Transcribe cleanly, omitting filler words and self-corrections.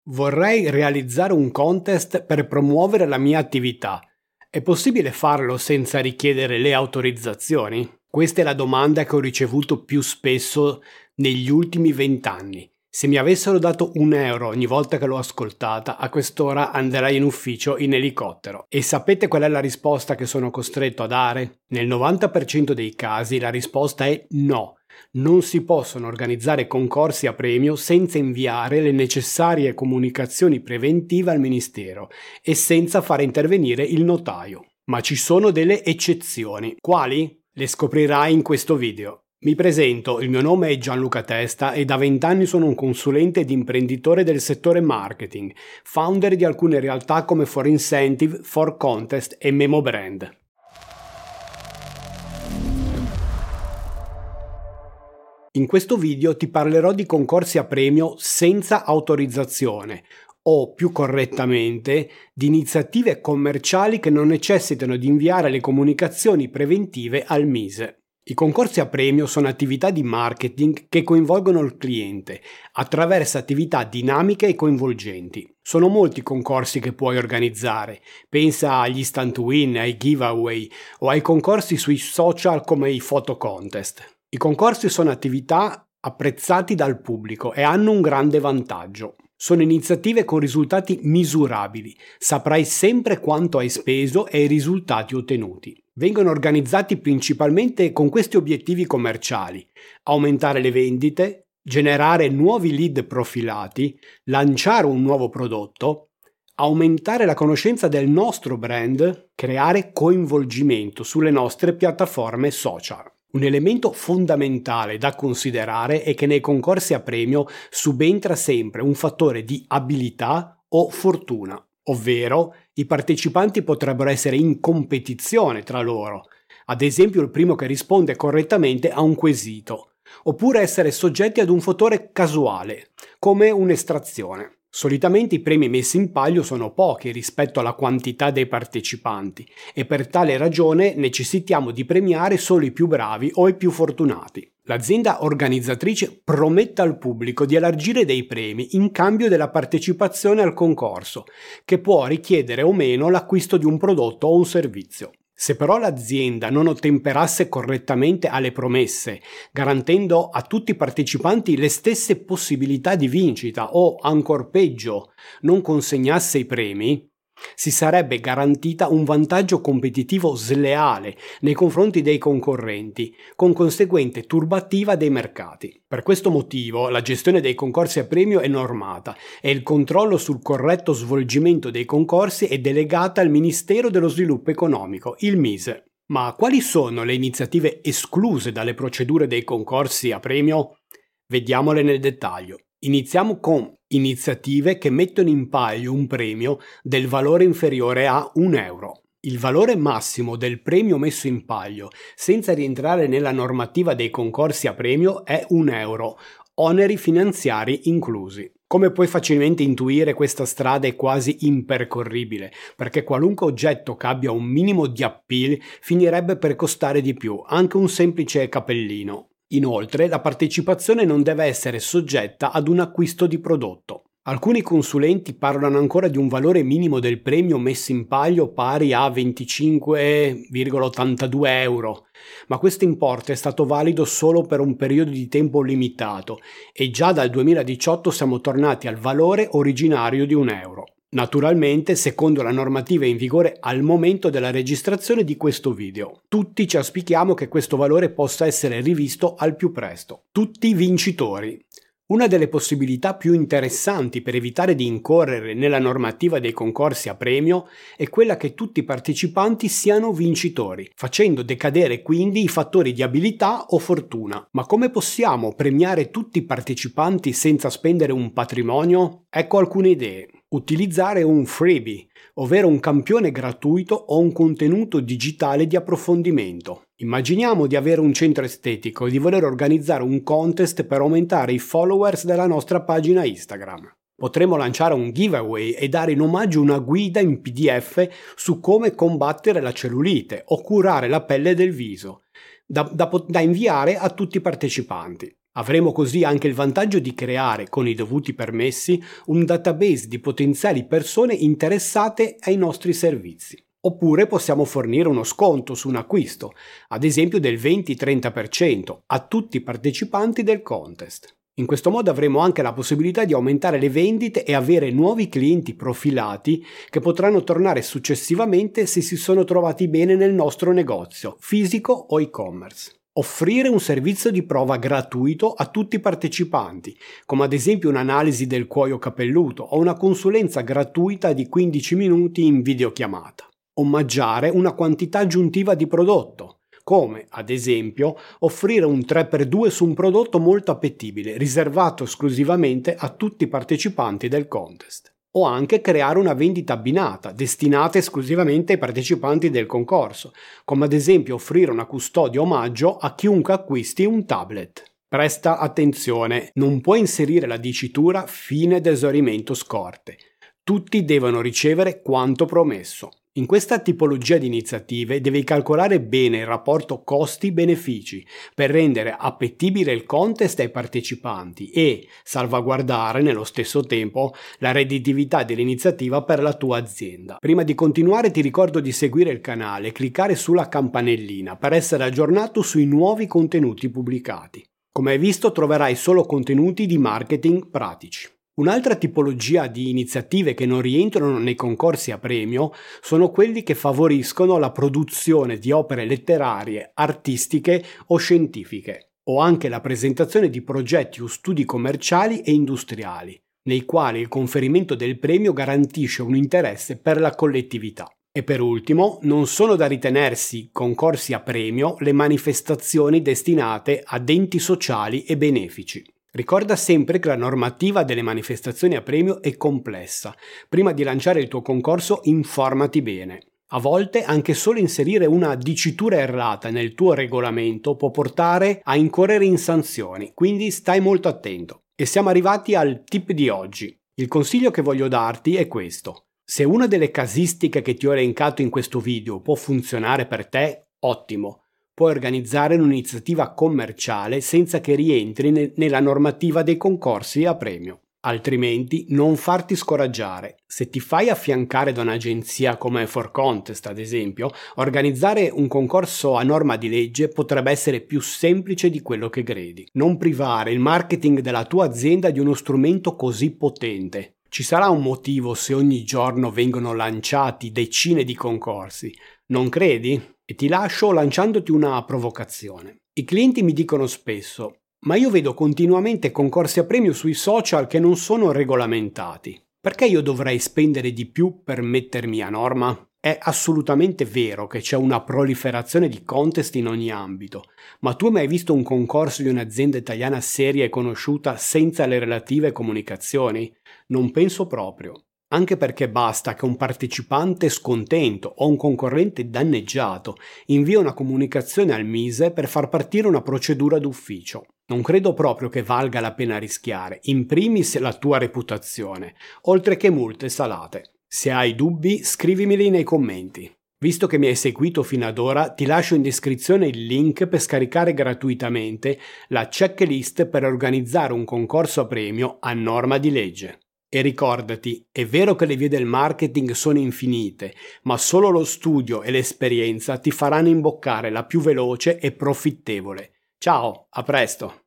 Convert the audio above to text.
Vorrei realizzare un contest per promuovere la mia attività. È possibile farlo senza richiedere le autorizzazioni? Questa è la domanda che ho ricevuto più spesso negli ultimi 20 anni. Se mi avessero dato €1 ogni volta che l'ho ascoltata, a quest'ora andrei in ufficio in elicottero. E sapete qual è la risposta che sono costretto a dare? Nel 90% dei casi la risposta è no. Non si possono organizzare concorsi a premio senza inviare le necessarie comunicazioni preventive al Ministero e senza fare intervenire il notaio. Ma ci sono delle eccezioni. Quali? Le scoprirai in questo video. Mi presento, il mio nome è Gianluca Testa e da 20 anni sono un consulente ed imprenditore del settore marketing, founder di alcune realtà come For Incentive, For Contest e Memo Brand. In questo video ti parlerò di concorsi a premio senza autorizzazione o, più correttamente, di iniziative commerciali che non necessitano di inviare le comunicazioni preventive al MISE. I concorsi a premio sono attività di marketing che coinvolgono il cliente attraverso attività dinamiche e coinvolgenti. Sono molti i concorsi che puoi organizzare. Pensa agli instant win, ai giveaway o ai concorsi sui social come i photo contest. I concorsi sono attività apprezzati dal pubblico e hanno un grande vantaggio. Sono iniziative con risultati misurabili, saprai sempre quanto hai speso e i risultati ottenuti. Vengono organizzati principalmente con questi obiettivi commerciali: aumentare le vendite, generare nuovi lead profilati, lanciare un nuovo prodotto, aumentare la conoscenza del nostro brand, creare coinvolgimento sulle nostre piattaforme social. Un elemento fondamentale da considerare è che nei concorsi a premio subentra sempre un fattore di abilità o fortuna, ovvero i partecipanti potrebbero essere in competizione tra loro, ad esempio il primo che risponde correttamente a un quesito, oppure essere soggetti ad un fattore casuale, come un'estrazione. Solitamente i premi messi in palio sono pochi rispetto alla quantità dei partecipanti e per tale ragione necessitiamo di premiare solo i più bravi o i più fortunati. L'azienda organizzatrice promette al pubblico di elargire dei premi in cambio della partecipazione al concorso, che può richiedere o meno l'acquisto di un prodotto o un servizio. Se però l'azienda non ottemperasse correttamente alle promesse, garantendo a tutti i partecipanti le stesse possibilità di vincita o, ancor peggio, non consegnasse i premi, si sarebbe garantita un vantaggio competitivo sleale nei confronti dei concorrenti, con conseguente turbativa dei mercati. Per questo motivo la gestione dei concorsi a premio è normata e il controllo sul corretto svolgimento dei concorsi è delegata al Ministero dello Sviluppo Economico, il MISE. Ma quali sono le iniziative escluse dalle procedure dei concorsi a premio? Vediamole nel dettaglio. Iniziamo con iniziative che mettono in palio un premio del valore inferiore a €1. Il valore massimo del premio messo in palio, senza rientrare nella normativa dei concorsi a premio, è €1, oneri finanziari inclusi. Come puoi facilmente intuire, questa strada è quasi impercorribile, perché qualunque oggetto che abbia un minimo di appeal finirebbe per costare di più, anche un semplice cappellino. Inoltre, la partecipazione non deve essere soggetta ad un acquisto di prodotto. Alcuni consulenti parlano ancora di un valore minimo del premio messo in palio pari a €25,82, ma questo importo è stato valido solo per un periodo di tempo limitato e già dal 2018 siamo tornati al valore originario di €1. Naturalmente, secondo la normativa in vigore al momento della registrazione di questo video. Tutti ci auspichiamo che questo valore possa essere rivisto al più presto. Tutti vincitori. Una delle possibilità più interessanti per evitare di incorrere nella normativa dei concorsi a premio è quella che tutti i partecipanti siano vincitori, facendo decadere quindi i fattori di abilità o fortuna. Ma come possiamo premiare tutti i partecipanti senza spendere un patrimonio? Ecco alcune idee. Utilizzare un freebie, ovvero un campione gratuito o un contenuto digitale di approfondimento. Immaginiamo di avere un centro estetico e di voler organizzare un contest per aumentare i followers della nostra pagina Instagram. Potremmo lanciare un giveaway e dare in omaggio una guida in PDF su come combattere la cellulite o curare la pelle del viso, da inviare a tutti i partecipanti. Avremo così anche il vantaggio di creare, con i dovuti permessi, un database di potenziali persone interessate ai nostri servizi. Oppure possiamo fornire uno sconto su un acquisto, ad esempio del 20-30%, a tutti i partecipanti del contest. In questo modo avremo anche la possibilità di aumentare le vendite e avere nuovi clienti profilati che potranno tornare successivamente se si sono trovati bene nel nostro negozio, fisico o e-commerce. Offrire un servizio di prova gratuito a tutti i partecipanti, come ad esempio un'analisi del cuoio capelluto o una consulenza gratuita di 15 minuti in videochiamata. Omaggiare una quantità aggiuntiva di prodotto, come ad esempio offrire un 3x2 su un prodotto molto appetibile, riservato esclusivamente a tutti i partecipanti del contest. O anche creare una vendita abbinata, destinata esclusivamente ai partecipanti del concorso, come ad esempio offrire una custodia omaggio a chiunque acquisti un tablet. Presta attenzione, non puoi inserire la dicitura fine d'esaurimento scorte. Tutti devono ricevere quanto promesso. In questa tipologia di iniziative devi calcolare bene il rapporto costi-benefici per rendere appetibile il contest ai partecipanti e salvaguardare nello stesso tempo la redditività dell'iniziativa per la tua azienda. Prima di continuare ti ricordo di seguire il canale e cliccare sulla campanellina per essere aggiornato sui nuovi contenuti pubblicati. Come hai visto troverai solo contenuti di marketing pratici. Un'altra tipologia di iniziative che non rientrano nei concorsi a premio sono quelli che favoriscono la produzione di opere letterarie, artistiche o scientifiche, o anche la presentazione di progetti o studi commerciali e industriali, nei quali il conferimento del premio garantisce un interesse per la collettività. E per ultimo, non sono da ritenersi concorsi a premio le manifestazioni destinate ad enti sociali e benefici. Ricorda sempre che la normativa delle manifestazioni a premio è complessa. Prima di lanciare il tuo concorso, informati bene. A volte anche solo inserire una dicitura errata nel tuo regolamento può portare a incorrere in sanzioni, quindi stai molto attento. E siamo arrivati al tip di oggi. Il consiglio che voglio darti è questo. Se una delle casistiche che ti ho elencato in questo video può funzionare per te, ottimo. Puoi organizzare un'iniziativa commerciale senza che rientri nella normativa dei concorsi a premio. Altrimenti non farti scoraggiare. Se ti fai affiancare da un'agenzia come For Contest, ad esempio, organizzare un concorso a norma di legge potrebbe essere più semplice di quello che credi. Non privare il marketing della tua azienda di uno strumento così potente. Ci sarà un motivo se ogni giorno vengono lanciati decine di concorsi, non credi? E ti lascio lanciandoti una provocazione. I clienti mi dicono spesso: ma io vedo continuamente concorsi a premio sui social che non sono regolamentati. Perché io dovrei spendere di più per mettermi a norma? È assolutamente vero che c'è una proliferazione di contest in ogni ambito, ma tu hai mai visto un concorso di un'azienda italiana seria e conosciuta senza le relative comunicazioni? Non penso proprio. Anche perché basta che un partecipante scontento o un concorrente danneggiato invia una comunicazione al Mise per far partire una procedura d'ufficio. Non credo proprio che valga la pena rischiare, in primis la tua reputazione, oltre che multe salate. Se hai dubbi, scrivimeli nei commenti. Visto che mi hai seguito fino ad ora, ti lascio in descrizione il link per scaricare gratuitamente la checklist per organizzare un concorso a premio a norma di legge. E ricordati, è vero che le vie del marketing sono infinite, ma solo lo studio e l'esperienza ti faranno imboccare la più veloce e profittevole. Ciao, a presto!